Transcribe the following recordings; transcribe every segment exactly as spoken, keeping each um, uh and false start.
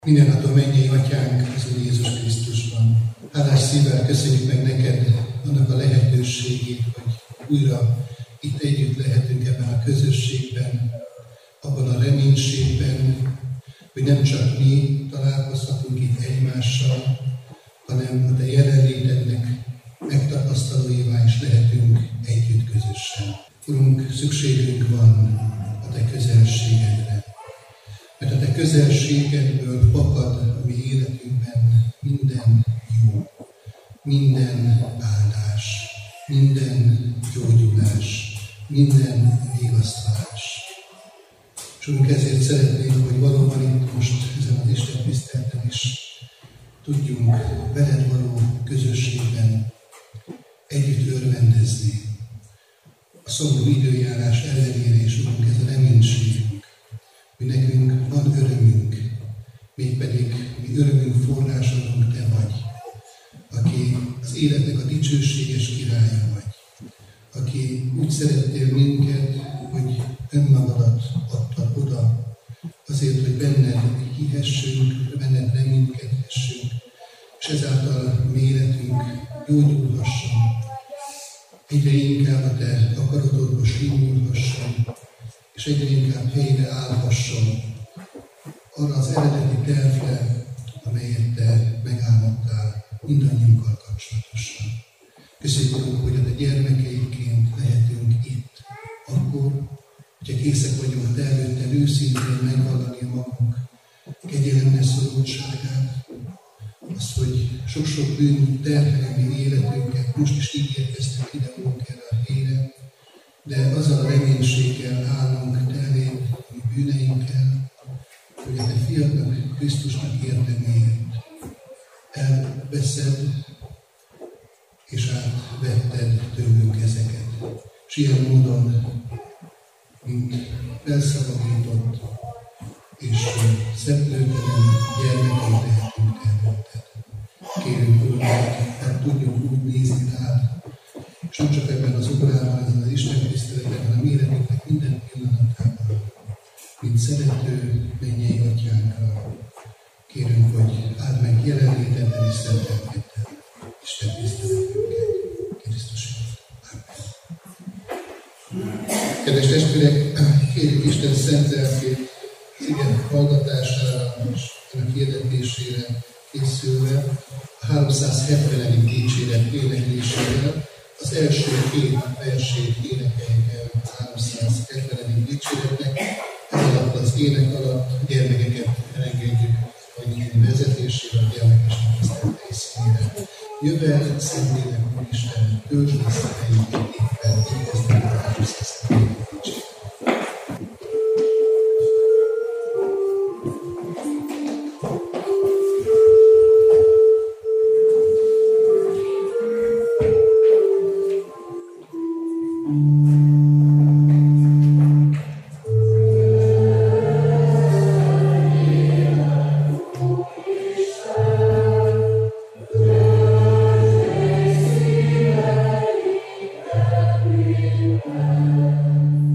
Mindenható mennyei Atyánk az Úr Jézus Krisztusban. Hálás szívvel köszönjük meg neked annak a lehetőségét, hogy újra itt együtt lehetünk ebben a közösségben, abban a reménységben, hogy nem csak mi találkozhatunk itt egymással, hanem a te jelenlétednek megtapasztalóivá is lehetünk együtt közösen. Urunk, szükségünk van a te közelségedre, mert a te közelségedből fakad a mi életünkben minden jó, minden áldás, minden gyógyulás, minden vigasztalás. És Urunk, ezért szeretnénk, hogy valóban itt most ezen az Isten tiszteleten is tudjunk veled való közösségben együtt örvendezni. A szomorú időjárás ellenére is, Urunk, ez a reménységünk, hogy nekünk van örömünk, mégpedig mi örömünk forrásolunk te vagy, aki az életnek a dicsőséges királya vagy, aki úgy szerettél minket, hogy önmagadat adtad oda, azért, hogy benned hihessünk, benned reménykedhessünk, és ezáltal mi életünk gyógyulhasson, egyre inkább a te akaratodba simulhasson, és egyre inkább helyre állhasson arra az eredeti tervre, amelyet te megálmodtál mindannyiunkkal kapcsolatosan. Köszönjük, hogy a te gyermekeiként lehetünk itt, akkor, hogyha készek vagyunk te előtted őszintén megvallani a magunk kegyelemre szorultságát, azt, hogy sok-sok bűn terheli mi életünket, most is így érkeztünk ide, Urunk, erre a helyre, de azzal a reménységgel állunk te eléd, mi bűneinkkel, hogy a te fiadnak, Krisztusnak érdeméért elveszed és átvetted tőlünk ezeket. És ilyen módon, mint felszabadított és szeplőtelen gyermekei lehetünk te előtted. Kérünk, Úr, hogy tudjunk úgy nézni rád, és nem csak ebben az órában, ezen az Isten tiszteleten, hanem életünknek minden pillanatában, mint szerető mennyei Atyánkra. Kérünk, hogy áld meg jelenléteddel és szentelkedtel Isten tiszteletünket. Krisztusért. Amen. Kedves testvérek, kérjük Isten szent lelkét az ige hallgatására és a hirdetésére készülve, a háromszázhetvenedik dicséret éneklésével, az első két versét énekeljük el a háromszázhetvenedik dicséretnek. Ez alatt az ének alatt gyermekeket elengedjük a nyílni vezetésével, a gyermekesnek tiszteletei színére. Jövel, Szentlélek, Úristen, töltsd vissza helyünket éppen, így kezdődik a háromszázhetvenedik dicséret. Amen.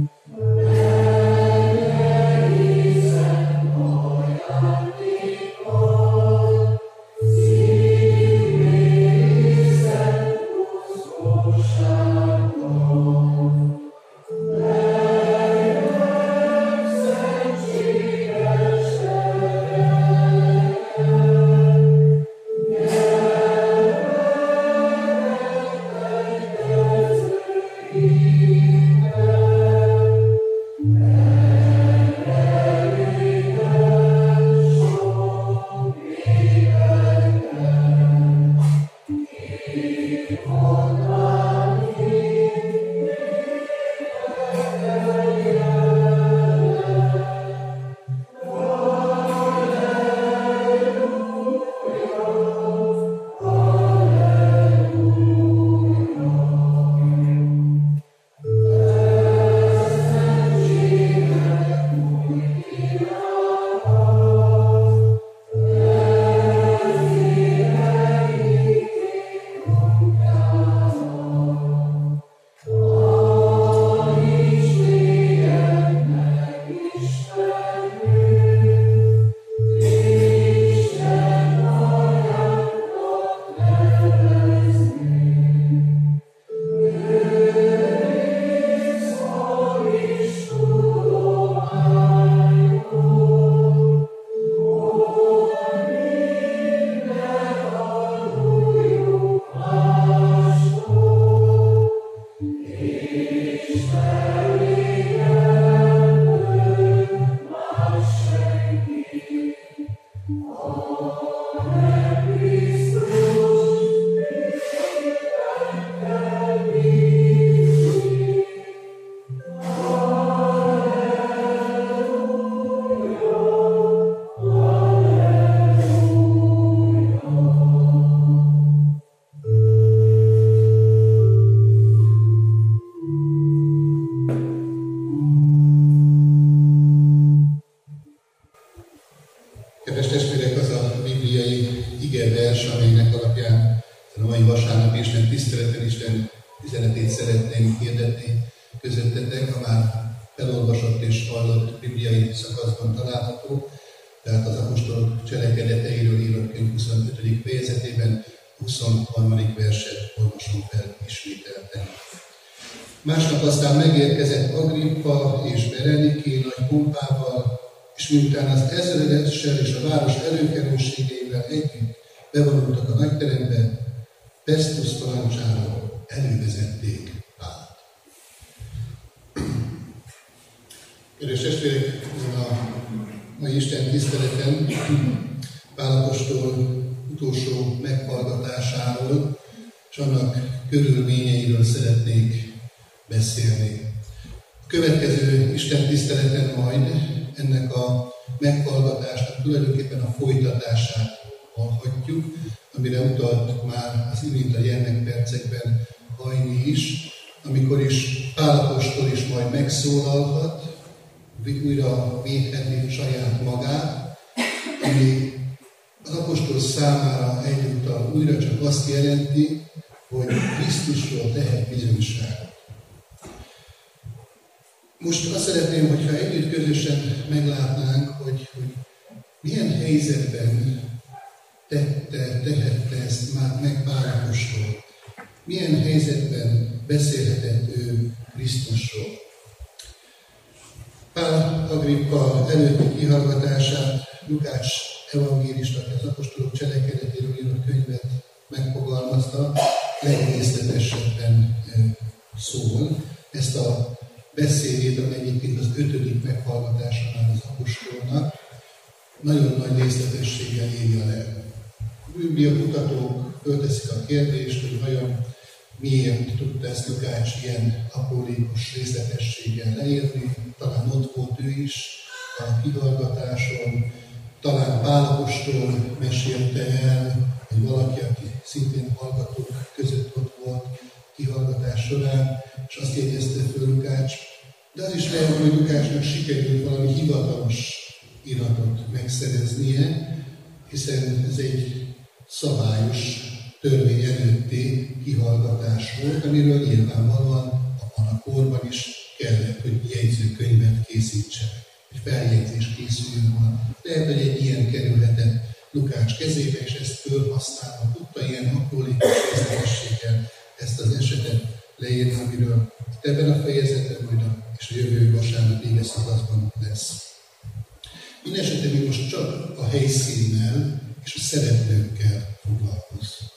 az a bibliai igevers, amelynek alapján a mai vasárnap Isten tiszteleten Isten üzenetét szeretném hirdetni közöttetek, a már felolvasott és hallott bibliai szakaszban található, tehát az apostolok cselekedeteiről írott könyv huszonötödik fejezetében huszonharmadik verset olvasom fel ismételten. Másnap aztán megérkezett Agrippa és Bereniké nagy pompával, és miután az ezredessel és a város előkelőségeivel együtt bevonultak a nagyterembe, Festus parancsára elővezették Pált. Kedves testvérek, a mai Isten tiszteleten Pál apostol utolsó meghallgatásáról és annak körülményeiről szeretnék beszélni. A következő Isten tiszteleten majd ennek a meghallgatásnak tulajdonképpen a folytatását hallhatjuk, amire utalt már az imént a gyermekpercekben Hajni is, amikor is Pál apostol is majd megszólalhat, újra védheti saját magát, ami az apostol számára egyúttal újra csak azt jelenti, hogy Krisztusról tehet bizonyságot. Most azt szeretném, hogyha együtt közösen meglátnánk, hogy, hogy milyen helyzetben tette, tehette ezt már meg Pál apostol. Milyen helyzetben beszélhetett ő Krisztusról. Pál Agrippa előtti kihallgatását Lukács evangélista, az apostolok cselekedetéről írott könyvet megfogalmazta, legrészletesebben szól. Ezt a beszédét, ami egyébként az ötödik meghallgatása már az apostolnak, nagyon nagy részletességgel írja le. A biblia kutatók fölteszik a kérdést, hogy vajon miért tudta ezt Lukács ilyen aprólékos részletességgel leírni. Talán ott volt ő is a kihallgatáson, talán Pál apostol mesélte el, hogy valaki, aki szintén hallgatók között ott volt kihallgatás során, és azt jegyezte föl Lukács. De az is lehet, hogy Lukácsnak sikerült valami hivatalos iratot megszereznie, hiszen ez egy szabályos törvény előtti kihallgatás volt, amiről nyilvánvalóan abban a korban is kellett, hogy jegyzőkönyvet készítsenek, hogy feljegyzés készüljön volna. Lehet, hogy egy ilyen kerülhetett Lukács kezébe, és ezt fölhasználva tudta ilyen aprólékos részletességgel ezt az esetet leírni, amiről ebben a fejezetben majd a, és a jövő vasárnap éges szakaszban lesz. Mindenesetre mi most csak a helyszínnel és a szereplőkkel foglalkozunk.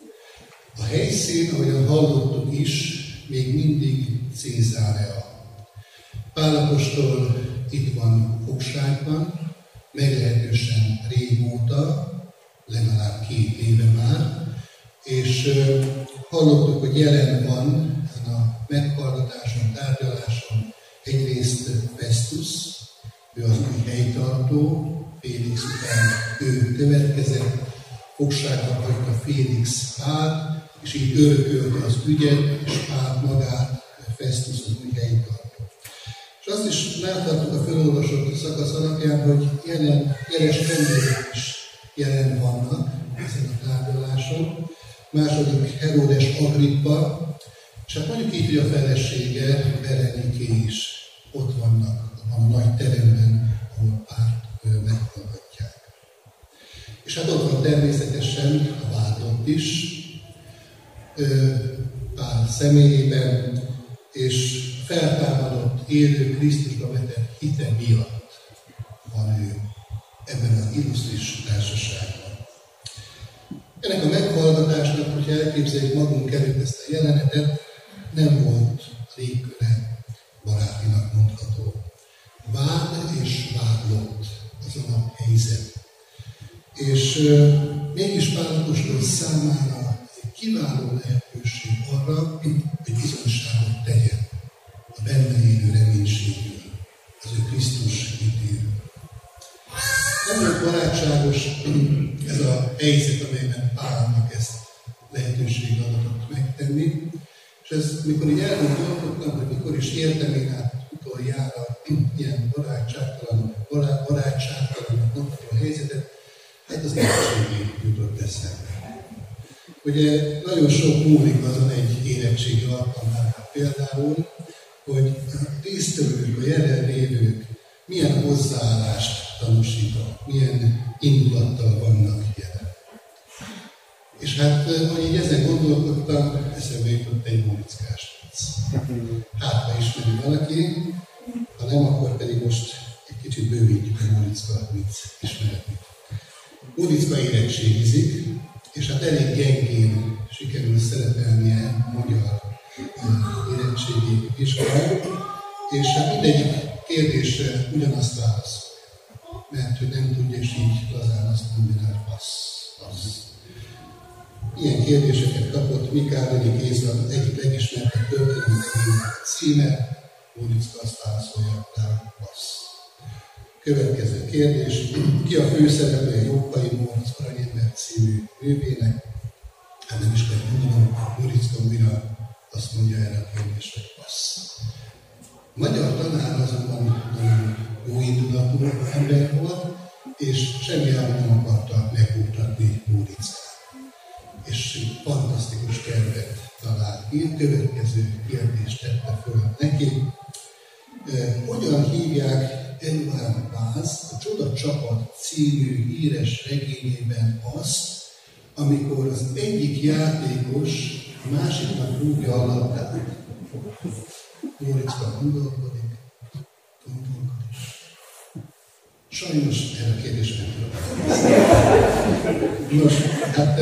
A helyszín, ahogyan hallottuk is, még mindig Cézárea. Pál apostol itt van fogságban, meglehetősen régóta, legalább két éve már, és uh, hallottuk, hogy jelen van a meghallgatáson, tárgyaláson egyrészt Festus, ő az új helytartó, Félix után ő következett, fogságban hagyta Félix Pált, és így örökölte az ügyet, és Pált magát, Festus az új helytartó. És azt is láthattuk a felolvasott szakasz alapján, hogy jelen, jeles vendégek is jelen vannak ezen a tárgyaláson. Második Heródes Agrippa, és hát mondjuk így, hogy a felesége Bereniké is ott vannak a nagy teremben, ahol Pált meghallgatják. És hát ott van természetesen a vádlott is, Pál személyében, és feltámadott, élő Krisztusba vetett hite miatt van ő ebben az illusztris társaságban. Ennek a meghallgatásnak, hogyha elképzeljük magunk előtt ezt a jelenetet, nem volt légköre barátinak mondható. Vád és vádlott azon a helyzet. És euh, mégis Pál apostol számára egy kiváló lehetőség arra, hogy bizonyságot tegyen a benne élő reménységről, az ő Krisztus hitéről. Nem volt barátságos ez a helyzet, amelyben Pálnak ezt lehetőség adatot megtenni, és ez, mikor így elgondolkodtam, hogy mikor is értem én át utoljára ilyen barátságtalan, barátságtalan mondható helyzetet, hát az az érettségi jutott eszembe. Ugye nagyon sok múlik azon egy érettségi alkalmánál például, hogy a résztvevők, a jelenlévők milyen hozzáállást tanúsítanak, milyen indulattal vannak jelen. És hát, hogy így ezen gondolkodtam, eszembe jutott egy móriczkás vicc. Hát, ha ismeri valaki, ha nem, akkor pedig most egy kicsit bővítjük a Móriczka vicc ismeretét. Móriczka érettségizik, és hát elég gyengén sikerül szerepelnie magyar érettségi vizsgán, és hát mindegyik kérdésre ugyanazt válaszol, mert hogy nem tudja, és így lazán azt mondja, hogy passz, passz. Ilyen kérdéseket kapott Mikállai Géza, egyik legismertebb történelmi címe, Móriczka azt válaszolja, rá passz. Következő kérdés, ki a főszereplője Jókai Mór, az Aranyember című művének? Hát nem is kell mondanom, Móriczka újra azt mondja erre a kérdésre, hogy passz. A magyar tanár azonban nagyon jó indulatú ember volt, és semmiálló nem akarta megbuktatni Móriczkát. És fantasztikus tervet talált ki, következő kérdést tette föl neki. Hogyan hívják Eduard Vász a Csoda Csapat című híres regényében azt, amikor az egyik játékos a másiknak rúgja a labdát? Móriczka gondolkodik, gondolkodik. Sajnos erre a kérdésre nem tudom. Nos, hát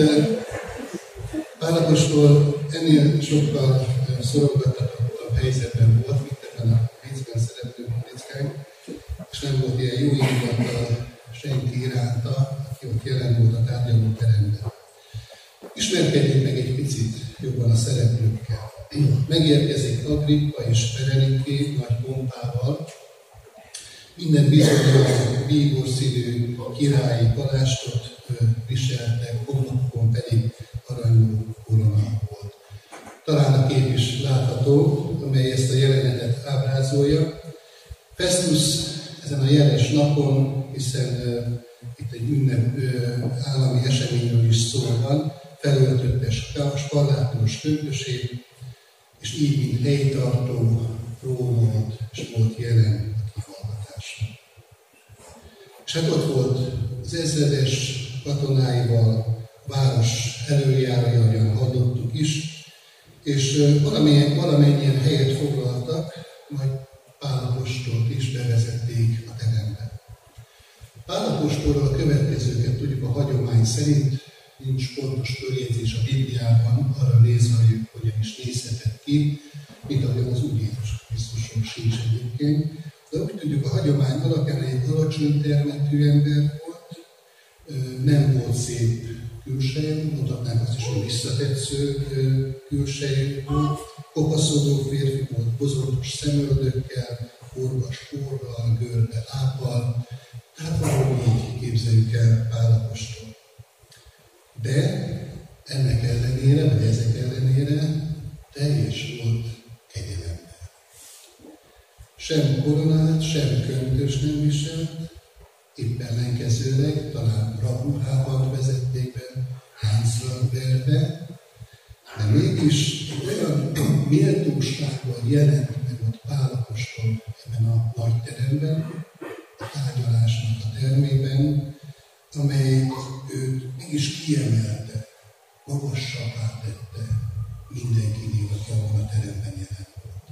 Pál apostol ennél sokkal szorongatottabb helyzetben volt, mint ebben a viccben szereplő Móriczkánk, és nem volt ilyen jó indulattal senki iránta, aki ott jelen volt a tárgyalóteremben. Ismerkedjünk meg egy picit jobban a szereplőkkel. Megérkezik Agrippa és Bereniké nagy pompával, minden bizonnyal bíbor színű királyi palástot viseltek, homlokon pedig aranyló korona volt. Talán a kép is látható, amely ezt a jelenetet ábrázolja. Festus ezen a jeles napon, hiszen uh, itt egy ünnep uh, állami eseményről is szó van, felöltötte a sparlátos köntösét, és így, mint helytartó, rómolt, és volt jelen a kihallgatáson. És hát ott volt az ezredes katonáival, a város előjárója, ahogyan hallottuk is, és uh, valamennyien, valamennyien helyet foglaltak, majd Pál apostolt is bevezették a terembe. Pál apostolról a következőket tudjuk a hagyomány szerint, nincs pontos följegyzés a Bibliában, arra nézve, hogy hogyan is nézhetett ki, mint ahogyan az Úr Jézus Krisztusról sincs egyébként. De úgy tudjuk, a hagyomány alapján egy alacsony termetű ember volt, nem volt szép külsejű, mondhatnánk azt is, hogy visszatetsző külsejű volt, kopaszodó férfi volt, bozontos szemöldökkel, orvas porral, görbe lábbal, tehát valahogy így képzeljük el Pál apostol. De ennek ellenére, vagy ezek ellenére teljes volt kegyelemmel. Sem koronát, sem köntös nem viselt, épp ellenkezőleg talán rabruhában vezették be, láncra verve, de mégis olyan méltósággal jelent meg ott Pál apostol ebben a nagy teremben, a tárgyalásnak a termében, amely őt mégis kiemelte, magasabbá tette mindenkinél, aki abban a teremben jelen volt.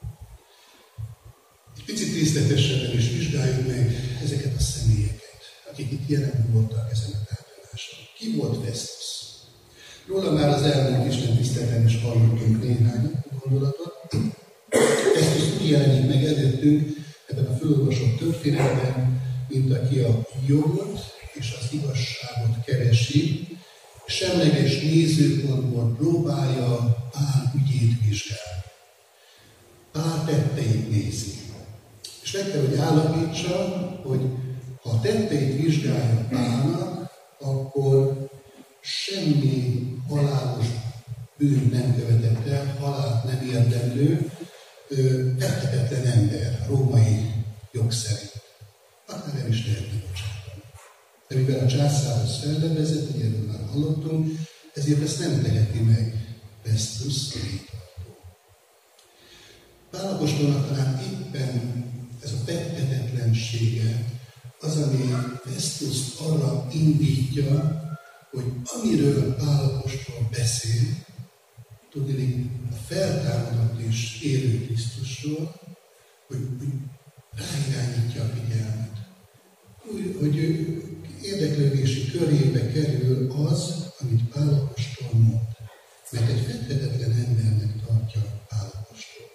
Egy picit részletesebben is vizsgáljuk meg ezeket a személyeket, akik itt jelen voltak ezen a tárgyaláson. Ki volt Festus? Róla már az elmúlt Isten tiszteleten is hallottunk néhány gondolatot. Festus úgy jelenik meg előttünk ebben a fölolvasott történetben, mint aki a jogot és az igazságot keresi, semleges nézőpontból próbálja Pál ügyét vizsgálni. Pál tetteit nézi. És meg kell, hogy állapítsa, hogy ha a tetteit vizsgálja Pálnak, akkor semmi halálos bűn nem követett el, halált nem érdemlő, tethetetlen ember római jog szerint. Akár nem is lehetne bocsátani. De mivel a császárhoz felnevezett, erről már hallottunk, ezért ezt nem teheti meg Festus helytartó. Pál apostolnak talán éppen ez a pettetetlensége az, ami Festust arra indítja, hogy amiről Pál apostol beszél, tudni a feltámadott és élő Krisztusról, hogy, hogy ráirányítja a figyelmet. Úgy, hogy érdeklődési körébe kerül az, amit Pál apostol mond. Mert egy fedhetetlen embernek tartja Pál apostol.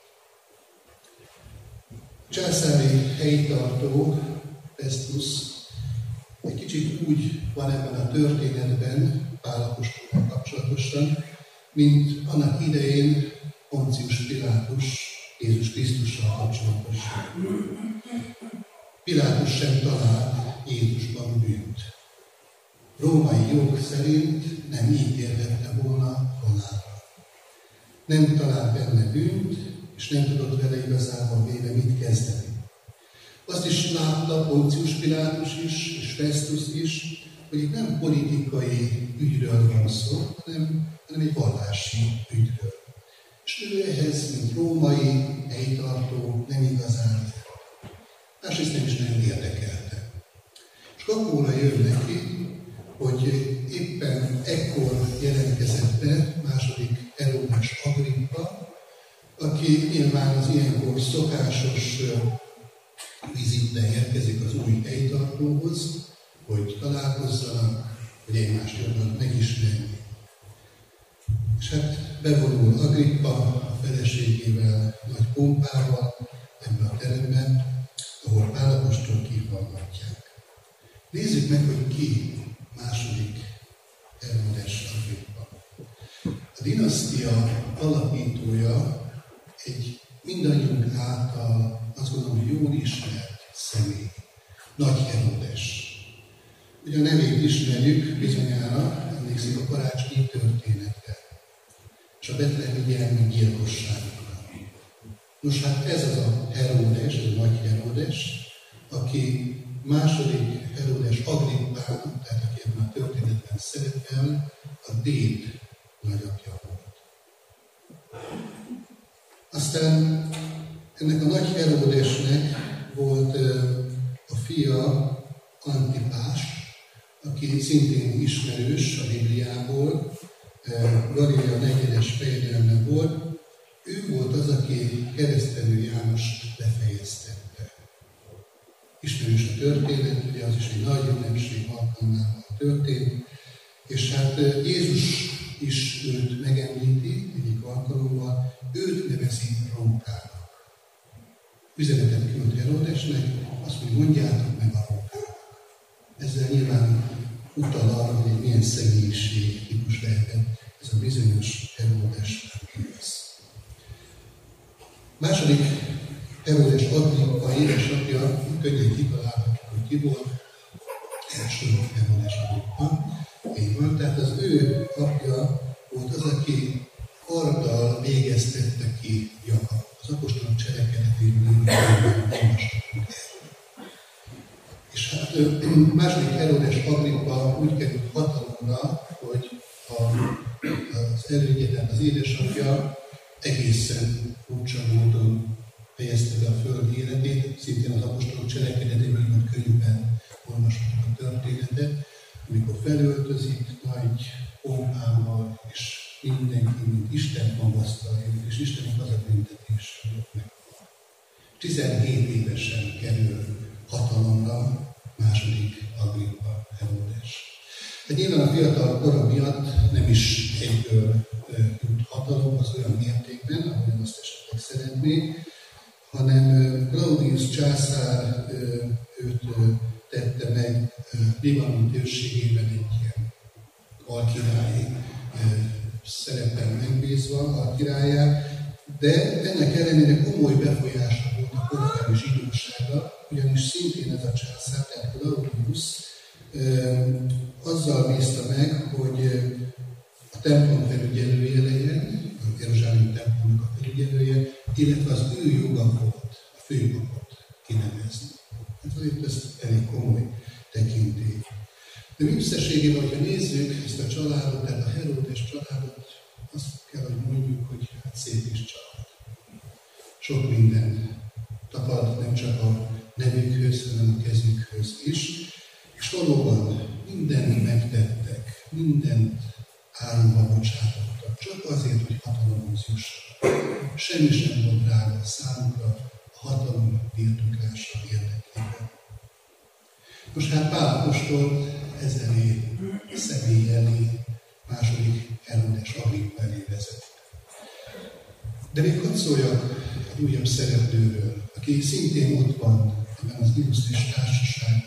Császári helytartó, Festus, egy kicsit úgy van ebben a történetben Pál apostolval kapcsolatosan, mint annak idején Poncius Pilátus Jézus Krisztussal kapcsolatosan. Pilátus sem talált Jézusban bűnt. Római jog szerint nem ítélhette volna halálra. Nem talált benne bűnt, és nem tudott vele igazából véve mit kezdeni. Azt is látta Poncius Pilátus is, és Festus is, hogy itt nem politikai ügyről van szó, hanem, hanem egy vallási ügyről. És ő ehhez, mint római helytartó, nem igazán másrészt nem is nagyon érdekelte. És kapóra jön neki, hogy éppen ekkor jelentkezett be második Heródes Agrippa, aki nyilván az ilyenkor szokásos vizitbe érkezik az új helytartóhoz, hogy találkozzanak, hogy egymást jobban megismerni. És hát bevonul Agrippa a feleségével, nagy pompával ebben a teremben, ahol Pál apostol kihallgatják. Nézzük meg, hogy ki második Heródes Agrippa. A dinasztia alapítója egy mindannyiunk által azt gondolom, hogy jól ismert személy. Nagy Heródes. Ugye a nevét ismerjük bizonyára, emlékszik a karácsonyi történetre, és a betlehemi gyermek gyilkosságra. Nos, hát ez az a Heródes, ez a Nagy Heródes, aki második Heródes Agrippának, tehát aki ebben a történetben szerepel, a déd nagyapja volt. Aztán ennek a Nagy Heródesnek volt a fia Antipás, aki szintén ismerős a Bibliából, Galilea negyedes fejedelme volt. Ő volt az, aki Keresztelő Jánost befejeztette. Ismerős a történet, ugye az is egy nagy ünnepség alkalmával történt, és hát Jézus is őt megemlíti egyik alkalommal, őt nevezi rókának. Üzenetet küld Heródesnek, azt mondja, mondjátok meg a rókának. Ezzel nyilván utal arra, hogy egy milyen személyiség típus lehetett ez a bizonyos Heródes Antipas. Második Heródes Agrippa édesapja, könnyen kitalálhatjuk, hogy ki volt, első Heródes Agrippa. Így van, tehát az ő apja volt az, aki karddal végeztette ki Jakab. Az apostolok cselekedetében olvashatunk erről. És hát második Heródes Agrippa úgy került hatalomra, hogy a, az elődje, tehát az édesapja egészen furcsa módon fejezte be a föld életét, szintén az apostolok cselekedetében könyvben olvashatunk a történetet, amikor felöltözik nagy pompával, és mindenki, mint Isten magasztalja, és Istennek az a büntetés, hogy ott meghal. tizenhét évesen kerül hatalomra második Agrippa Heródes. Hát nyilván a fiatal kora miatt nem is egyből jut hatalomhoz olyan mértékben, ahogyan azt esetleg szeretné, hanem Claudius császár őt tette meg Libanon térségében egy ilyen alkirályi szerepen megbízva, alkirályá, de ennek ellenére komoly befolyása volt a korabeli zsidóságra, ugyanis szintén ez a császár, tehát Claudius azzal bízta meg, hogy a templom felügyelője legyen, a Jeruzsálemi templomnak a felügyelője, illetve az ő joga volt a főpapot kinevezni. Hát azért ez elég komoly tekintély. De Összességében, hogyha nézzük ezt a családot, tehát a Heródes családot, azt kell, hogy mondjuk, hogy hát szép is család. Sok minden tapad, nem csak a nevükhöz, hanem a kezükhöz is. És valóban mindent megtettek, mindent árulva bocsátottak, csak azért, hogy hatalomhoz jussanak. Semmi sem volt drága számukra a hatalom birtoklása érdekében. Most hát Pál apostol ezelé személy elé második Heródes Agrippa elé vezet. De még hadd szóljak egy újabb szereplőről, aki szintén ott van ebben az illusztris társaságban.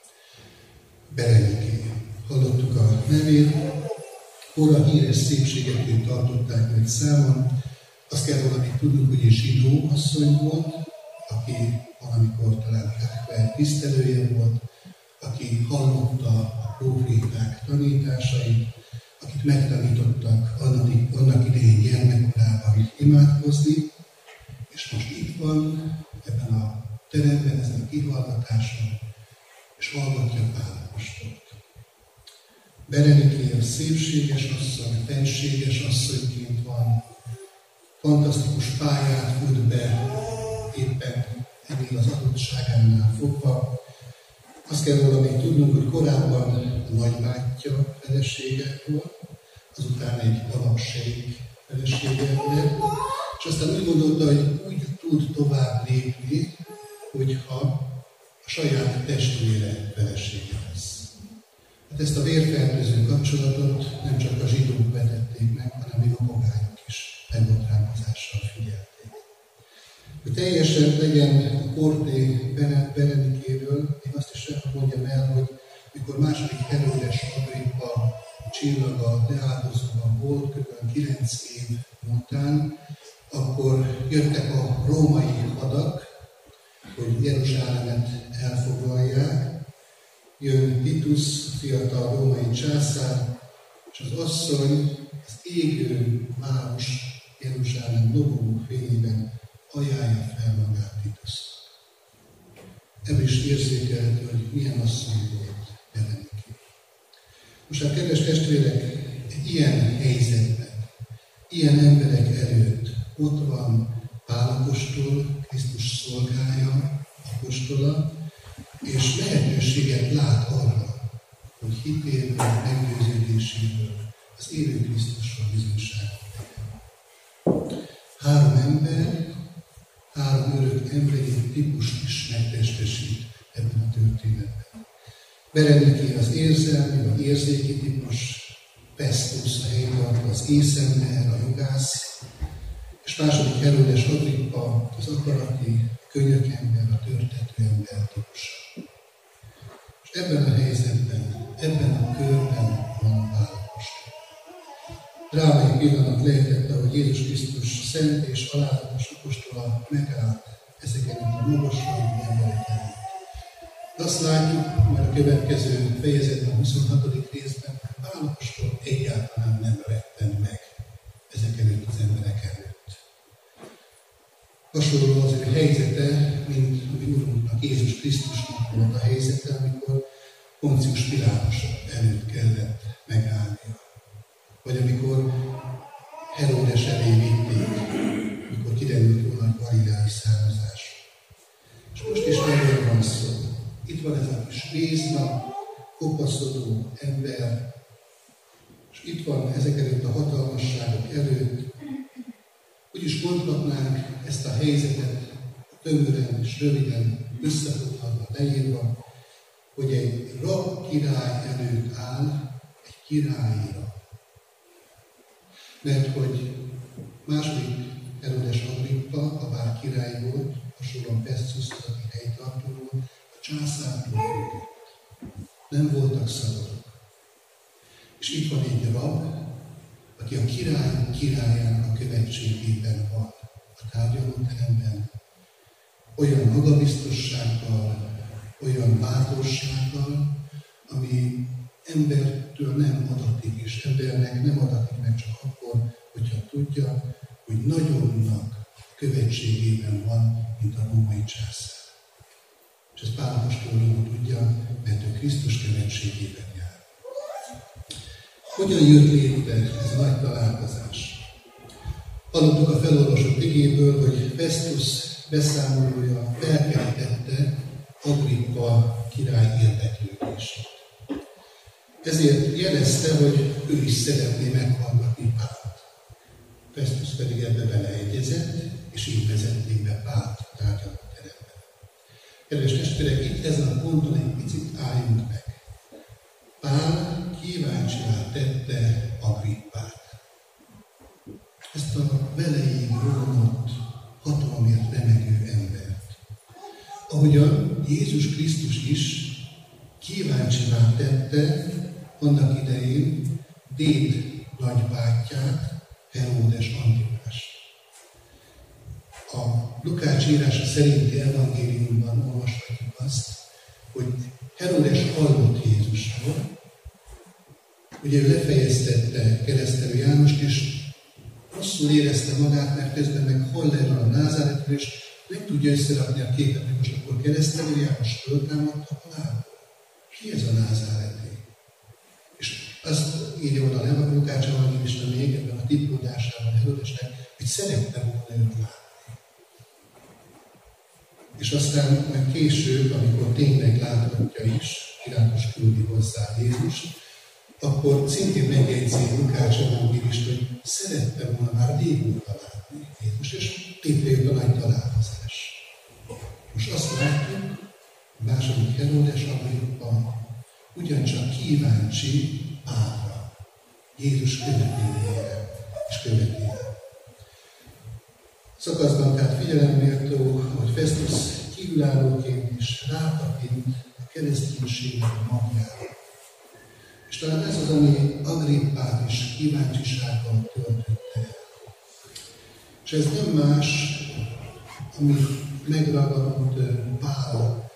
Bereniké. Hallottuk a nevét, kora híres szépségeként tartották őt számon. Azt kell valamit tudnunk, hogy egy zsidó asszony volt, aki valamikor talán Jahve tisztelője volt, aki hallotta a próféták tanításait, akit megtanítottak annak, annak idején gyermekkorában imádkozni, és most itt van ebben a teremben, ezen a kihallgatáson, és hallgatja Pál apostolt. Bereniké a szépséges asszony, fenséges asszonyként van, fantasztikus pályát fut be éppen ennél az adottságánál fogva. Azt kell róla még tudnunk, hogy korábban a nagybátyja felesége volt, azután egy alapség felesége lett, és aztán úgy gondolta, hogy úgy tud tovább lépni, hogyha a saját testvére felesége lesz. Hát ezt a vérfertőző kapcsolatot nem csak a zsidók vetették meg, hanem még a pogányok is megbotránkozással figyelték. Hogy teljesen legyen a portré Berenikéről, még azt is mondjam el, hogy mikor második Heródes Agrippa csillaga leáldozóban volt, kb. kilenc év után, akkor jöttek a római hadak, hogy Jeruzsálemet elfoglalják. Jön Titus, fiatal római császár, és az asszony az égő város Jeruzsálem lobogó fényében ajánlja fel magát Titusnak. Ebből is érzékelhető, hogy milyen asszony volt Bereniké. Most hát, kedves testvérek, egy ilyen helyzetben, ilyen emberek előtt ott van Pál apostol, Krisztus szolgája, apostola, és lehetőséget lát arra, hogy hitéből, meggyőződéséből az élő Krisztusról bizonyságot tegyen. Három ember, három örök emberi típust is megtestesít ebben a történetben. Bereniké az érzelmi, vagy érzéki típus, Festus a helytartó, az észember, a jogász, és második Heródes Agrippa az akarati, könyök ember, a törtető ember típusa. És ebben a helyzetben, ebben a körben van Pál apostol. Drámai pillanat lehetett, ahogy Jézus Krisztus szent és alázatos apostola megállt ezeken a magasrangú emberek előtt. De azt látjuk, majd a következő fejezetben, a huszonhatodik részben, Pál apostol egyáltalán nem retten meg ezek előtt az emberek előtt. Hasonló az ő helyzete, mint a mi Urunknak, Jézus Krisztusnak volt a helyzete, amikor Poncius Pilátus előtt kellett megállnia. Vagy amikor Heródes elé vitték, amikor kiderült volna, hogy galileai származás. És most is erről van szó. Itt van ez a kis vízna, kopaszodó ember, és itt van ezek előtt a hatalmasságok előtt. Úgy is mondhatnánk ezt a helyzetet tömören és röviden összefoglalva, leírva, hogy egy rab király előtt áll egy királyra. Mert hogy második Heródes Agrippa, ha bár király volt, hasonlóan Festus, aki helytartó volt, a császártól függött. Nem voltak szabadok. És itt van egy rab, aki a király királyának a követségében van a tárgyalóteremben, olyan magabiztossággal, olyan bátorsággal, ami embertől nem adatik, és embernek nem adatik meg csak akkor, hogyha tudja, hogy nagyobbnak követségében van, mint a római császár. És ezt Pál apostol tudja, mert ő Krisztus követségében jár. Hogyan jött létre ez a nagy találkozás? Hallottuk a felolvasott igéből, hogy Festus beszámolója felkeltette Agrippa király érdeklődését. Ezért jelezte, hogy ő is szeretné meghallgatni Pált. Festus pedig ebbe beleegyezett, és így vezették be Pált a tárgyalóterembe. Kedves testvérek, itt ezen a ponton egy picit álljunk meg. Pál kíváncsivá tette Agrippát. Ezt a veleig romlott, hatalomért remegő embert. Ahogyan Jézus Krisztus is kíváncsivá tette annak idején déd nagybátyját, Heródes Antipást. A Lukács írása szerinti evangéliumban olvashatjuk azt, hogy Heródes hallott Jézusról, ugye ő lefejeztette Keresztelő Jánost, és rosszul érezte magát, mert közben meg hall erről a Názáretről, és meg tudja összerakni a képet, hogy most akkor Keresztelő János föltámadta a halálból. Ki ez a Názáreté? És azt írja oda a Lukács evangélista még ebben a tipprodásában Heródesnek, hogy szerette volna őt látni. És aztán majd később, amikor tényleg láthatja is, Pilátus küldi hozzá Jézust, akkor szintén megjegyzi Lukács evangélista, hogy szerette volna már régóta látni Jézus, és létrejött a nagy találkozás. Most azt látjuk, a második Heródes Agrippa ugyancsak kíváncsi Pálra, Jézus követőjére és követőjére. Szakaszban tehát figyelemméltó, hogy Festus kívülállóként is rátakint a kereszténységnek a magjára. És talán ez az, ami Agrippát is kíváncsisággal töltötte el. És ez nem más, ami megragadott Pál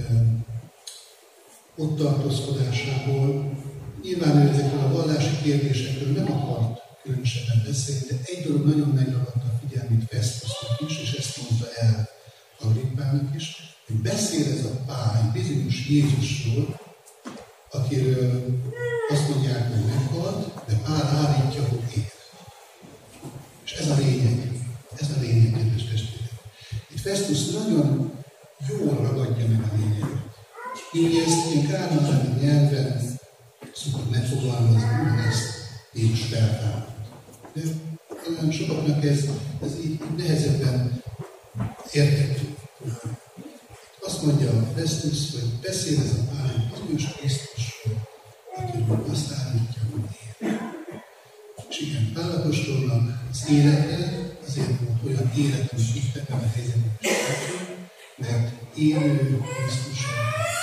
ott tartózkodásából. Nyilván ő ezekről a vallási kérdésekről nem akart különösebben beszélni, de egy dolog nagyon megragadta a figyelmét Festusnak is, és ezt mondta el Agrippának is, hogy beszél ez a Pál egy bizonyos Jézusról, akiről azt mondják, hogy meghalt, de Pál állítja, hogy él. És ez a lényeg, ez a lényeg, kedves testvérek. Itt Festus nagyon jól ragadja meg a lényeget. Így ezt ilyen kármazsáni nyelven szokott megfogalmazni, ezt Jézus feltámadt. De talán sokaknak ez, ez így nehezebben érthető. Azt mondja Festus, hogy beszél ez a Pál bizonyos Krisztusról, akiről azt állítja, hogy él. És igen, Pál apostolnak az élete azért volt olyan élet, amit itt ebben a helyzetben is látjuk, mert élő Krisztussal.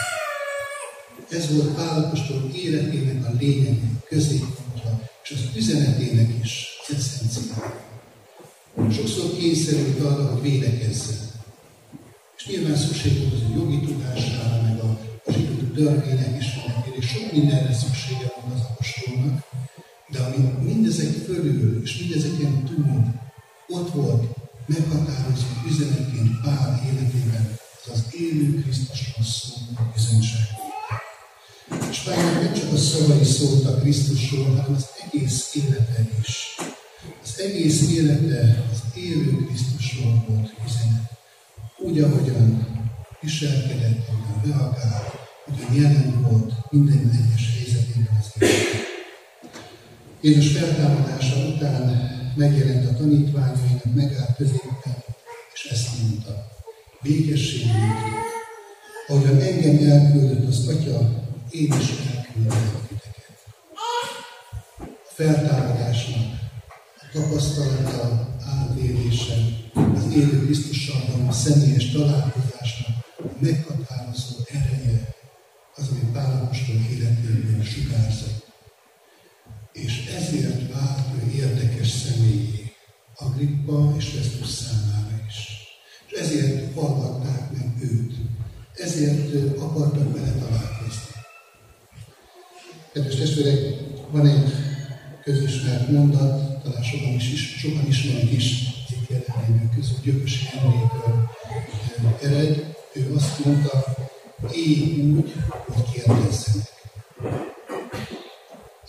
Ez volt Pál apostol életének a lényege, középpontja, és az üzenetének is az eszenciája. Sokszor kényszerült arra, hogy védekezzen. És nyilván szükség volt az a jogi tudására, meg a zsidó törvények ismeretére, és sok mindenre szüksége van az apostolnak, de ami mindezek fölül, és mindezeken túl ott volt meghatározó üzenetként Pál életében, az az élő Krisztusról szóló bizonyság. És Pálnak nem csak a szavai szóltak Krisztusról, hanem az egész élete is. Az egész élete az élő Krisztusról volt üzenet. Úgy, ahogyan viselkedett, ahogyan reagált, ahogyan jelen volt minden egyes helyzetében az életben. Jézus feltámadása után megjelent a tanítványainak, megállt középen, és ezt mondta: békesség néktek. Ahogyan engem elküldött az Atya, én is elküldök titeket. A feltámadásnak a tapasztalata, átélése, az élő Krisztussal való személyes találkozásnak a meghatározó ereje az, ami Pál apostol életéből sugárzott. És ezért vált ő érdekes személyé Agrippa és Festus számára is. És ezért hallgatták meg őt. Ezért akartak vele találkozni. Kedves testvérek, van egy közismert mondat, talán sokan, is, sokan ismerik is az itt jelenlévő közül, Gyökösi Henrétől ered. Ő azt mondta, élj úgy, hogy kérdezzenek.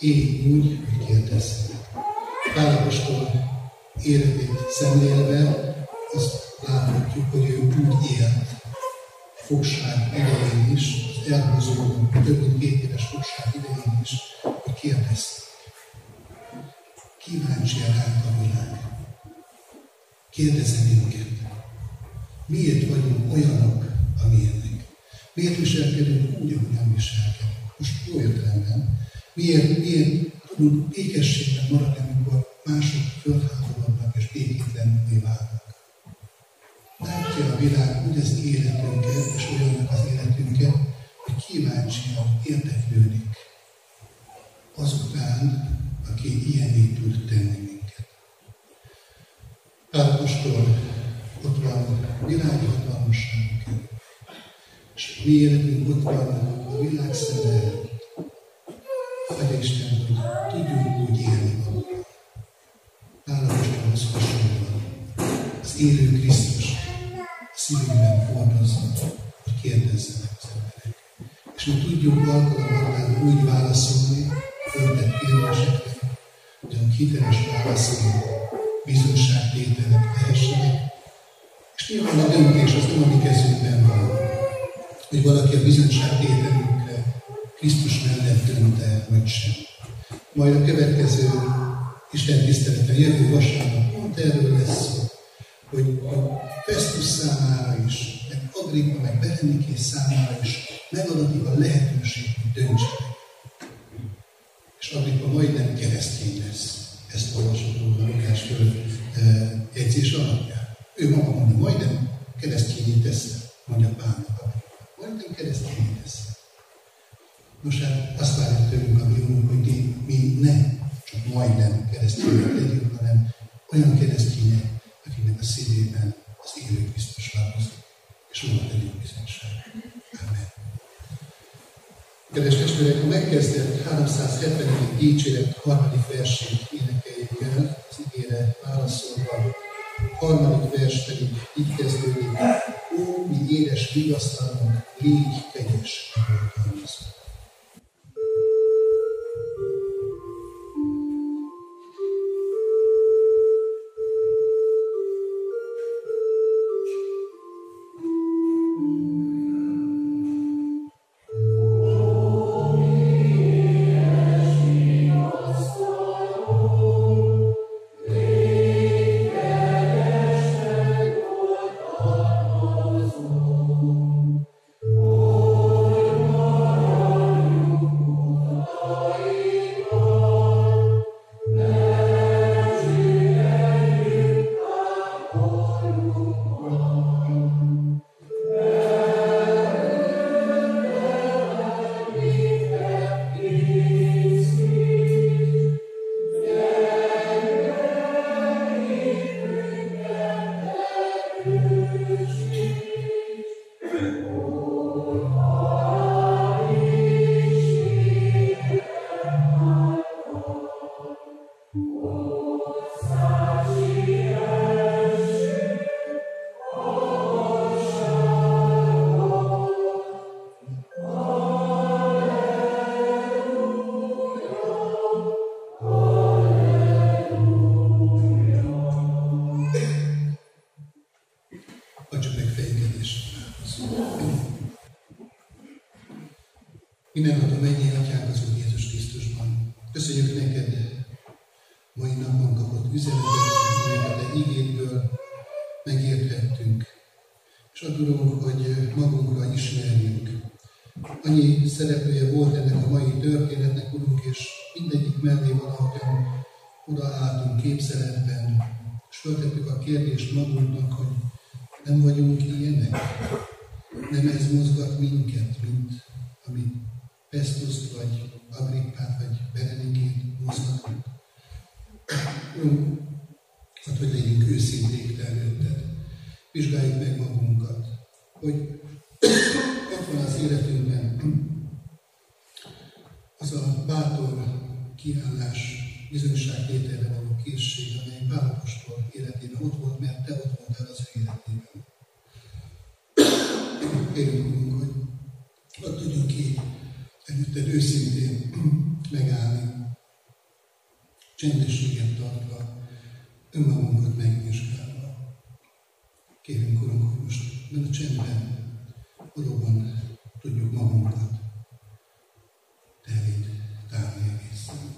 Élj úgy, hogy kérdezzenek. Pál apostol életét szemlélve azt láthatjuk, hogy ő úgy élt fogság idején is, az elhúzódó több mint két éves fogság idején is, hogy kérdeztek. Kíváncsi ránk a világ. Kérdezze minket. Miért vagyunk olyanok, amilyenek? Miért viselkedünk úgy, ahogyan viselkedünk? Most jó értelemben. Miért, miért tudunk békességben maradni, amikor mások földháborodnak és békétlenül válnak? Látja a világ úgy az életünket, és olyannak az életünket, hogy kíváncsian érdeklődik azután, aki ilyenné tud tenni minket. Pál apostol ott van világi hatalmasságunk körül, és mi életünk ott van a világ szeme előtt. Adja Isten, hogy tudjunk úgy élni valóban. Pál apostolhoz hasonlóan az élő Krisztus szívünkben hordozza, hogy kérdezzenek az emberek. És mi tudjuk alkalommal úgy válaszolni, föltett kérdésekre, ugyan hiteles válaszolni, bizonyságtételek lehessenek. És nyilván a döntés az nem a mi kezünkben van, hogy valaki a bizonyságtételünkre Krisztus mellett dönt-e, vagy sem. Majd a következő Isten tiszteleten jövő vasárnap pont erről lesz szó, hogy a Festus számára is, meg Agrippa, meg Bereniké számára is megadatik a lehetőség, hogy döntsenek. És Agrippa majdnem keresztény lesz. Ezt olvashatunk a Lukás föl jegyzés alapján. Ő maga mondja, majdnem keresztényé tesz, mondja Pálnak. Majdnem keresztényé tesz. Nos hát azt várjuk tőlünk a mi úrunk, hogy mi, mi ne csak majdnem keresztények legyünk, hanem olyan keresztények, akiknek a szívében az élő Krisztus lakozik, és róla tegyünk bizonyság. Amen. Kedves testvérek, a megkezdett háromszázhetvenedik dicséret harmadik versét énekeljük el, az igére válaszolva. A harmadik vers pedig így kezdődik. Ó, mi édes vigasztalunk, légy kegyes, megoltalmazó. Mindenható mennyei Atyánk az Úr Jézus Krisztusban. Köszönjük neked mai napon kapott üzenetet, amelyet a te igédből megérthettünk. És adurunk, hogy magunkra ismerjünk. Annyi szereplője volt ennek a mai történetnek, Urunk, és mindegyik mellé valahogyan odaálltunk képzeletben, és föltettük a kérdést magunknak, hogy nem vagyunk ilyenek. Nem ez mozgat minket, mint amit Festuszt, vagy Agrippát, vagy Berenikét mozgatunk. Urunk, hát, hogy legyünk őszinték te előtted. Vizsgáljuk meg magunkat, hogy ott van az életünkben az a bátor kiállás, bizonyságtételre való készség, amely Pál apostol életében ott volt, mert te ott voltál az ő életében. Kérünk, Urunk, hogy ott tudjunk ki előtted őszintén megállni, csendességet tartva, önmagunkat megvizsgálva. Kérünk, Uram, hogy most ebben a csendben valóban tudjuk magunkat Te eléd tárni egészen.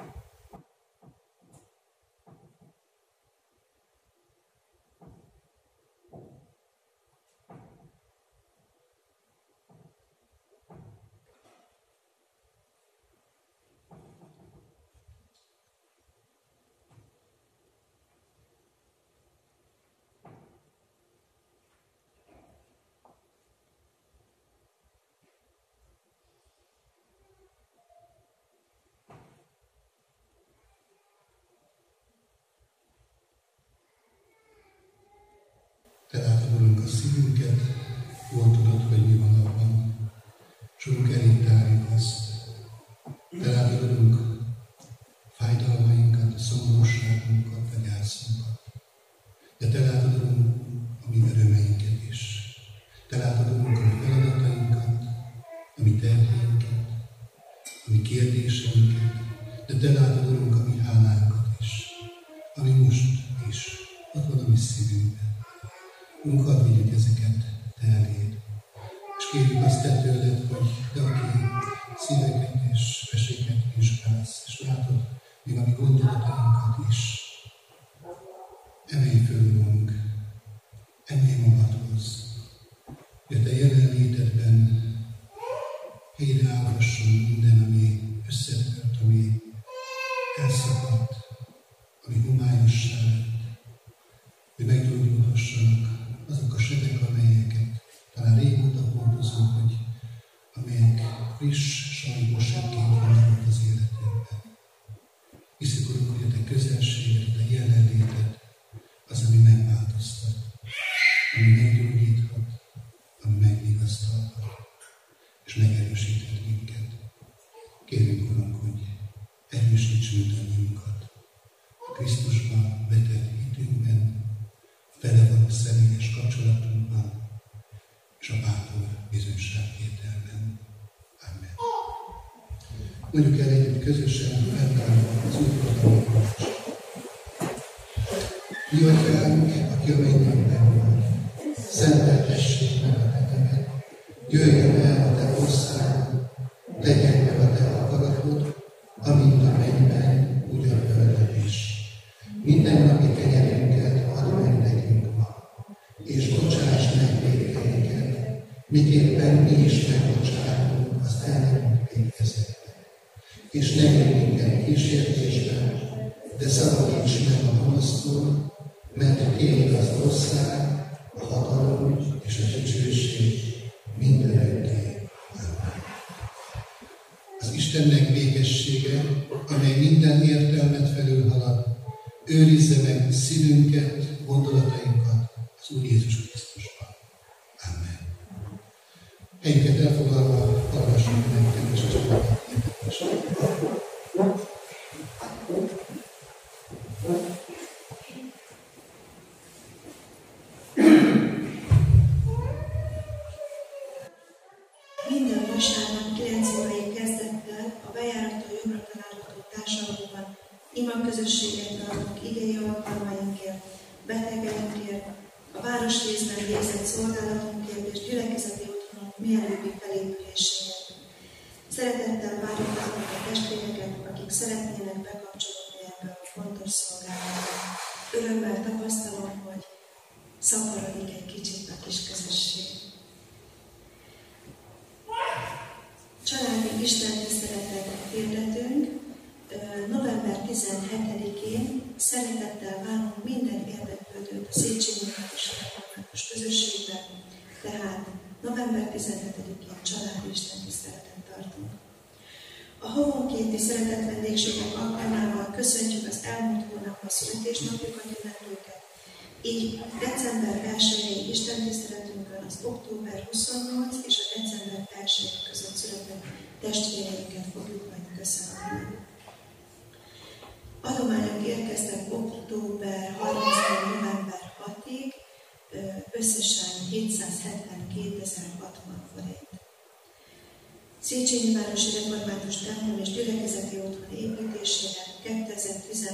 Te látod, Urunk, a szívünket, jól tudod, hogy mi van abban, és Urunk, eléd tárjuk azt. Te látod, Urunk, fájdalmainkat, a szomorúságunkat, a gyászunkat. De Te látod, Urunk, a mi örömeinket is. Te látod, Urunk, a mi feladatainkat, a mi terheinket, a mi kérdéseinket, de Te látod, Urunk, a mi hálánkat is, ami most is ott van a mi szívünkben. Urunk, hadd vigyük ezeket Te eléd, és kérjük azt Te tőled, hogy Te, aki szíveket és veséket vizsgálsz, és látod még a mi gondolatainkat is, emelj föl, Urunk, emelj magadhoz, hogy a Te jelenlétedben helyreállhasson minden, ami összetört, ami elszakadt, ami homályossá lett, hogy meggyógyulhassanak azok a sebek, amelyeket talán régóta hordozunk, hogy amelyek friss, sajnos sebként vannak az életünkben. Hiszük, Urunk, hogy a Te közelséged, a Te jelenléted az, ami megváltoztat, ami meggyógyíthat, ami megvigasztalhat, és megerősíthet minket. Kérjük, Urunk, hogy erősíts mindannyiunkat a Krisztusban vetett hitünkben, vele való személyes kapcsolatunkban, és a bátor bizonyságtételben. Amen. Mondjuk el együtt közösen fennállva az útvonalat. Mi Atyánk, aki a mennyekben vagy, szenteltessék meg a Te neved, jöjjön el a Te országod, legyen meg a Te akaratod, amint a mennyben, úgy a földön is. Mindennapi kenyerünket add meg nekünk ma, és bocsáss meg vétkeinket, miképpen mi is megbocsátunk az ellenünk vétkezetnek. És ne vigy minket kísértésbe, de szabadíts meg a gonosztól, mert Tiéd az ország, a hatalom és a dicsőség mindörökké. Amen. Az Istennek békessége, amely minden értelmet felülhalad, őrizze meg szívünket, gondolatainkat az Úr Jézus Krisztusban. Amen. Helyünket elfoglalva, hallgassunk meg kedves családok hirdetéseket. Minden vasárnap kilenc órai kezdettel a bejárattól jobbra található társadalomban imahközösséget tartunk idei alkalmainkért, betegeinkért, a városrészben végzett szolgálatunkért és gyülekezeti otthonunk mielőbbi felépüléséért. Szeretettel várjuk azokat a testvéreket, akik szeretnének bekapcsolódni ebbe a fontos szolgálatba. Örömmel tapasztalom, hogy szaporodik egy kicsit a kis közösség. Családi istentiszteletet hirdetünk. november tizenhetedikén szeretettel várunk minden érdeklődőt a Széchenyi Városi Református Közösségben, tehát november tizenhetedikén családi istentiszteletet tartunk. A havonkénti szeretett vendégségek alkalmával köszöntjük az elmúlt hónapban születésnapjukat ünneplőket, így december elsejei istentiszteletünkön az október huszonnyolc és a december elseje között született testvéreinket fogjuk majd köszönni. Adományok érkeztek október harmincadika november hatodikáig, összesen hétszázhetvenkétezer-hatvan forint. Széchenyi Városi Református templom és gyülekezeti otthon építésére kétezer-tizenhat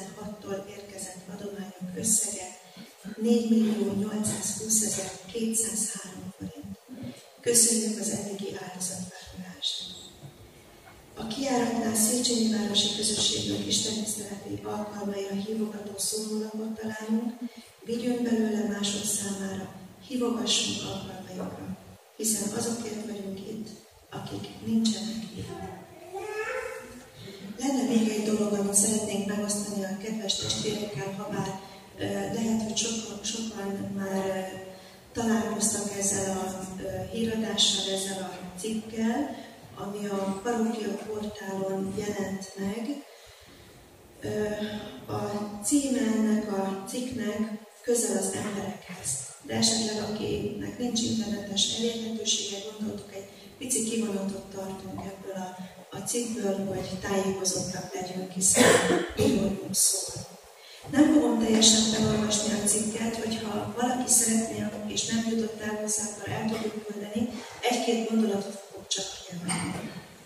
négymillió nyolcszázhúszezer-kétszázhárom forint. Köszönjük az eddigi áldozatvállalást. A kijáratnál Széchenyi Városi Közösségünk istentiszteleti alkalmaira hívogató szólólapot találunk, vigyünk belőle mások számára, hívogassunk alkalmainkra, hiszen azokért vagyunk itt, akik nincsenek itt. Lenne még egy dolog, amit szeretnénk megosztani a kedves testvérekkel, ha bár lehet, hogy sokan, sokan már találkoztak ezzel a híradással, ezzel a cikkel, ami a parókia portálon jelent meg. A címe ennek a cikknek Közel az emberekhez. De esetleg akinek nincs internetes elérhetősége, gondoltuk, egy pici kivonatot tartunk ebből a, a cikkből, hogy tájékozottak legyünk, hiszen írólunk szól. Nem fogom teljesen felolvasni a cikket, hogyha valaki szeretné, és nem jutott el hozzá, akkor el tudjuk küldeni. Egy-két gondolatot fogok csak kiemelni.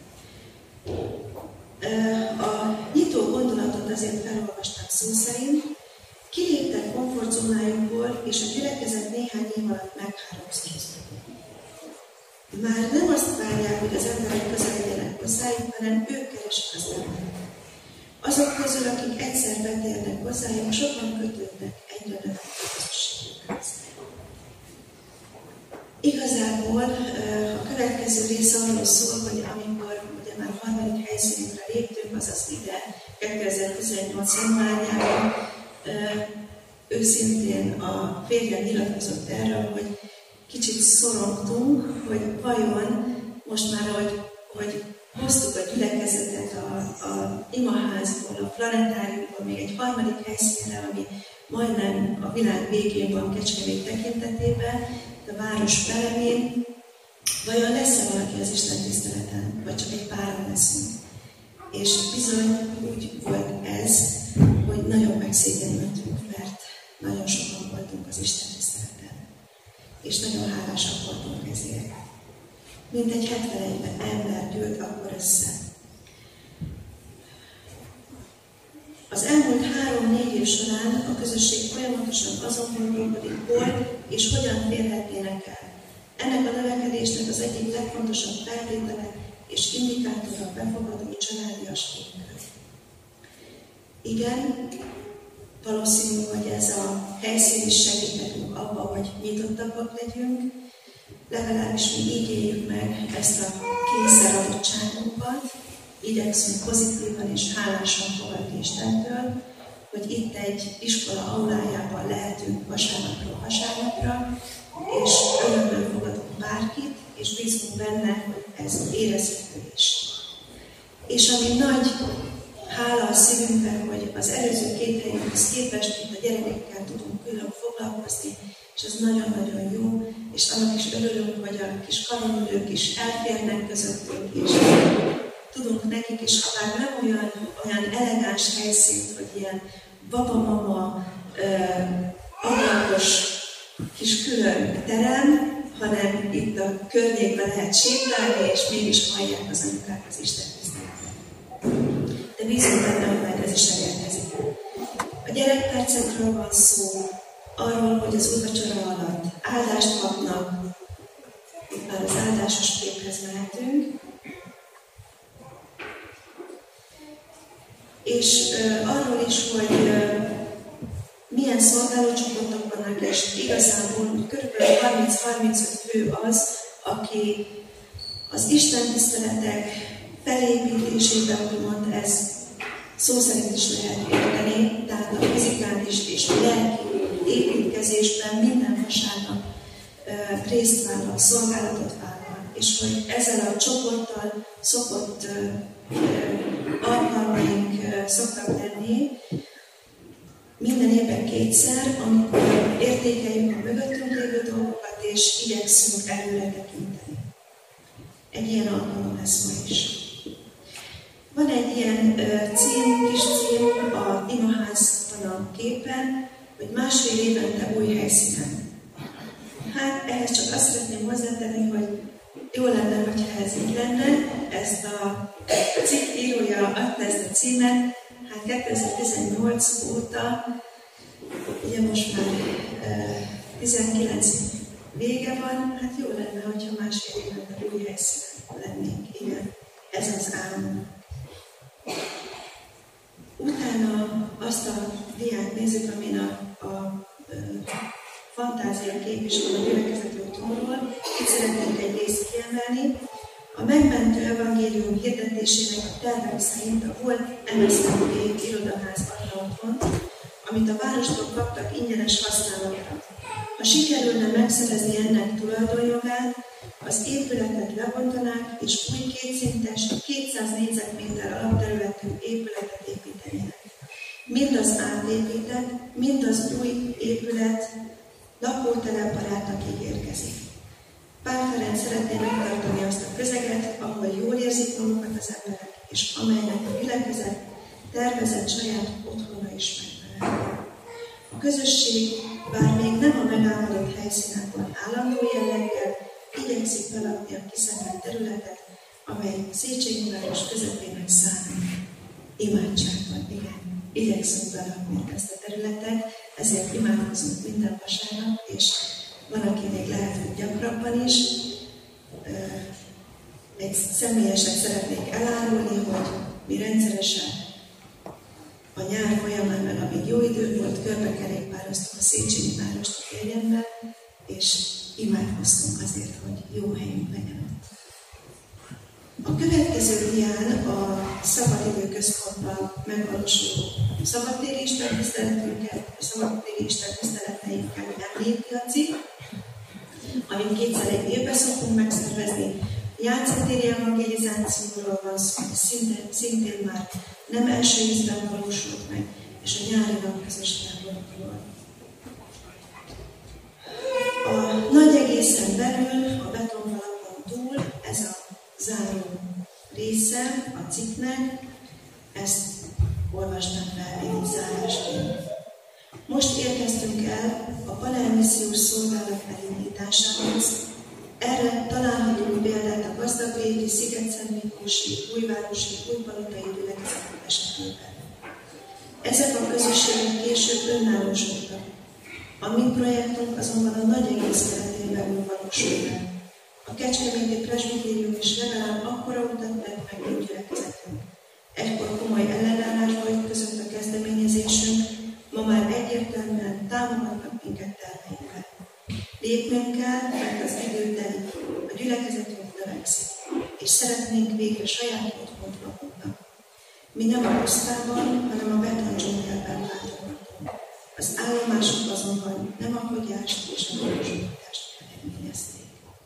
A nyitó gondolatot azért felolvastam szó szerint. Kiléptek komfortzónájukból, és a gyülekezet néhány év alatt megháromszorozódott. Már nem azt várják, hogy az emberek közeledjenek hozzájuk, hanem ők keresik az embereket. Azok közül, akik egyszer betérnek hozzájuk, sokan kötődnek egyre növekvő közösségükhez. Igazából a következő rész arról szól, hogy amikor ugye már harmadik helyszínünkre léptünk, azaz ide kétezer-tizennyolc januárjában, őszintén a férjem nyilatkozott erről, hogy kicsit szorongtunk, hogy vajon most már, hogy, hogy hoztuk a gyülekezetet a, a imaházból, a planetáriumból még egy harmadik helyszínre, ami majdnem a világ végén van Kecskemét tekintetében, a város felemén, vajon lesz-e valaki az Isten tiszteleten, vagy csak egy páran leszünk. És bizony úgy volt ez, hogy nagyon megszégyenültünk, mert nagyon sokan voltunk az Isten tiszteleten. És nagyon hálásak voltunk ezért. Mintegy hetvenegy ember gyűlt akkor össze. Az elmúlt három-négy év során a közösség folyamatosan azon gondolkodik, hol és hogyan férhetnének el. Ennek a növekedésnek az egyik legfontosabb feltétele és indikátora a befogadó családias légkör. Igen, valószínű, hogy ez a helyszín is segít nekünk abba, hogy nyitottabbak legyünk, legalábbis mi így éljük meg ezt a kényszeradottságunkat, igyekszünk pozitívan és hálásan fogadni Istentől, hogy itt egy iskola aulájában lehetünk vasárnapról vasárnapra, és örömmel fogadunk bárkit, és bízunk benne, hogy ez érezhető is. És ami nagy hála a szívünkben, hogy az előző két helyünkhez képest itt a gyerekekkel tudunk külön foglalkozni, és ez nagyon-nagyon jó, és annak is örülünk, hogy a kis karomülők is elférnek közöttünk, és tudunk nekik is, ha már nem olyan, olyan elegáns helyszínt, hogy ilyen baba-mama, ablakos kis külön terem, hanem itt a környékben lehet sétálni, és mégis hallják az anyukák az Isten tiszteletet. De bízunk benne, hogy majd ez is elérkezik. A gyerekpercekről van szó, arról, hogy az úrvacsora alatt áldást kapnak, itt már az áldásos képhez mehetünk, és uh, arról is, hogy uh, milyen szolgálócsoportok vannak, és igazából kb. harminc-harmincöt fő az, aki az istentiszteletek felépítésében, úgymond ez szó szerint is lehet érteni, tehát a fizikális és a lelki építkezésben minden vasárnap uh, részt vállal, szolgálatot vállal, és hogy ezzel a csoporttal szokott uh, uh, alkalmaink uh, szoktak lenni, minden évben kétszer, amikor értékeljük a mögöttünk lévő dolgokat, és igyekszünk előre tekinteni. Egy ilyen alkalom lesz ma is. Van egy ilyen uh, cím, kis cím a imaházban a képen, hogy másfél évente új helyszínen. Hát ehhez csak azt szeretném hozzátenni, hogy jó lenne, hogyha ez így lenne. Ezt a cikk írója adta ezt a címet, hát kétezer-tizennyolc óta, ugye ugye most már tizenkilenc vége van, hát jó lenne, hogyha másfél évente új helyszínen lennénk. Igen, ez az álom. Utána azt a diát nézzük, amin a, a, a fantázia kép is van a gyülekezeti otthonról. Itt szeretnénk egy részt kiemelni. A megmentő evangélium hirdetésének a tervek szerint a volt em es zé té irodaház adna otthont, amit a várostól kaptak ingyenes használatra. Ha sikerülne megszerezni ennek tulajdonjogát, az épületet lebontanák, és új kétszintes, kétszáz négyzetméter alapterületű épületet építenének. Mind az átépített, mind az új épület lakótelepbarátakig érkezik. Pál Ferenc szeretné megtartani azt a közeget, ahol jól érzik magukat az emberek, és amelynek a gyülekezet tervezett saját otthona is megfelel. A közösség, bár még nem a megálmodott helyszínen van állandó jelleggel, igyekszik feladni a kiszemelt területet, amely Széchenyi város közepének számít. Imádságban, igen, igyekszünk feladni ezt a területet, ezért imádkozunk minden vasárnap, és van, aki még lehet, hogy gyakrabban is. Egy személyesen szeretnék elárulni, hogy mi rendszeresen a nyár folyamán, meg amíg jó idő volt, körbekerékpároztuk a Széchenyi várost a férjemmel, és imádkoztunk azért, hogy jó helyünk legyen ott. A következő dián a Szabadidő Központban megvalósuló szabadtéri istentiszteletünket, a szabadtéri istentiszteleteinkkel említi a cikk, amit kétszer egy évben szoktunk megszervezni. Játszótéri evangelizációról van szó, szintén, szintén már nem első ízben valósult meg, és a nyári napközös táborokról. A nagy egészen belül, a betonfalakon túl, ez a záró része a cikknek, ezt olvasnám fel még egy zárásként. Most érkeztünk el a panelmissziós szolgálat elindításához. Erre találhatunk példát a Gazdagréti, Sziget-Szentmiklósi, Újvárosi, Újpalotai gyülekezetek esetében. Ezek a közösségek később önállósultak. A mi projektunk azonban a nagy egész keretén belül valósul meg. A Kecskeméti Presbitérium is legalább akkora utat tett meg, mint gyülekezetünk. Egykor komoly ellenállás volt között a kezdeményezésünk, ma már egyértelműen támogatnak minket terveinkben. Lépnünk kell, mert az idő telik, a gyülekezetünk növekszik, és szeretnénk végre saját otthont magunknak. Mi nem a pusztában, hanem a betondzsungelben látogatunk. Az állomások azonban nem a fogyást és a megosítást eredményezték.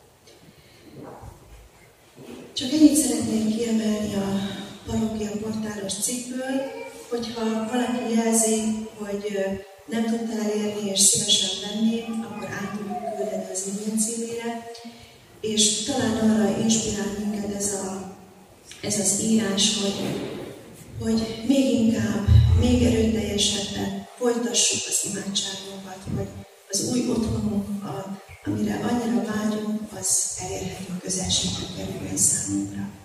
Csak ennyit szeretnék kiemelni a parókia portálos cikkből, hogyha valaki jelzi, hogy nem tudta elérni és szívesen venném, akkor át tudjuk küldeni az e-mail címére, és talán arra inspirál minket ez, a, ez az írás, hogy, hogy még inkább, még erőteljesebben folytassuk az imádságunkat, hogy az új otthonunk, a, amire annyira vágyunk, az elérhető közelségben kerüljön számunkra.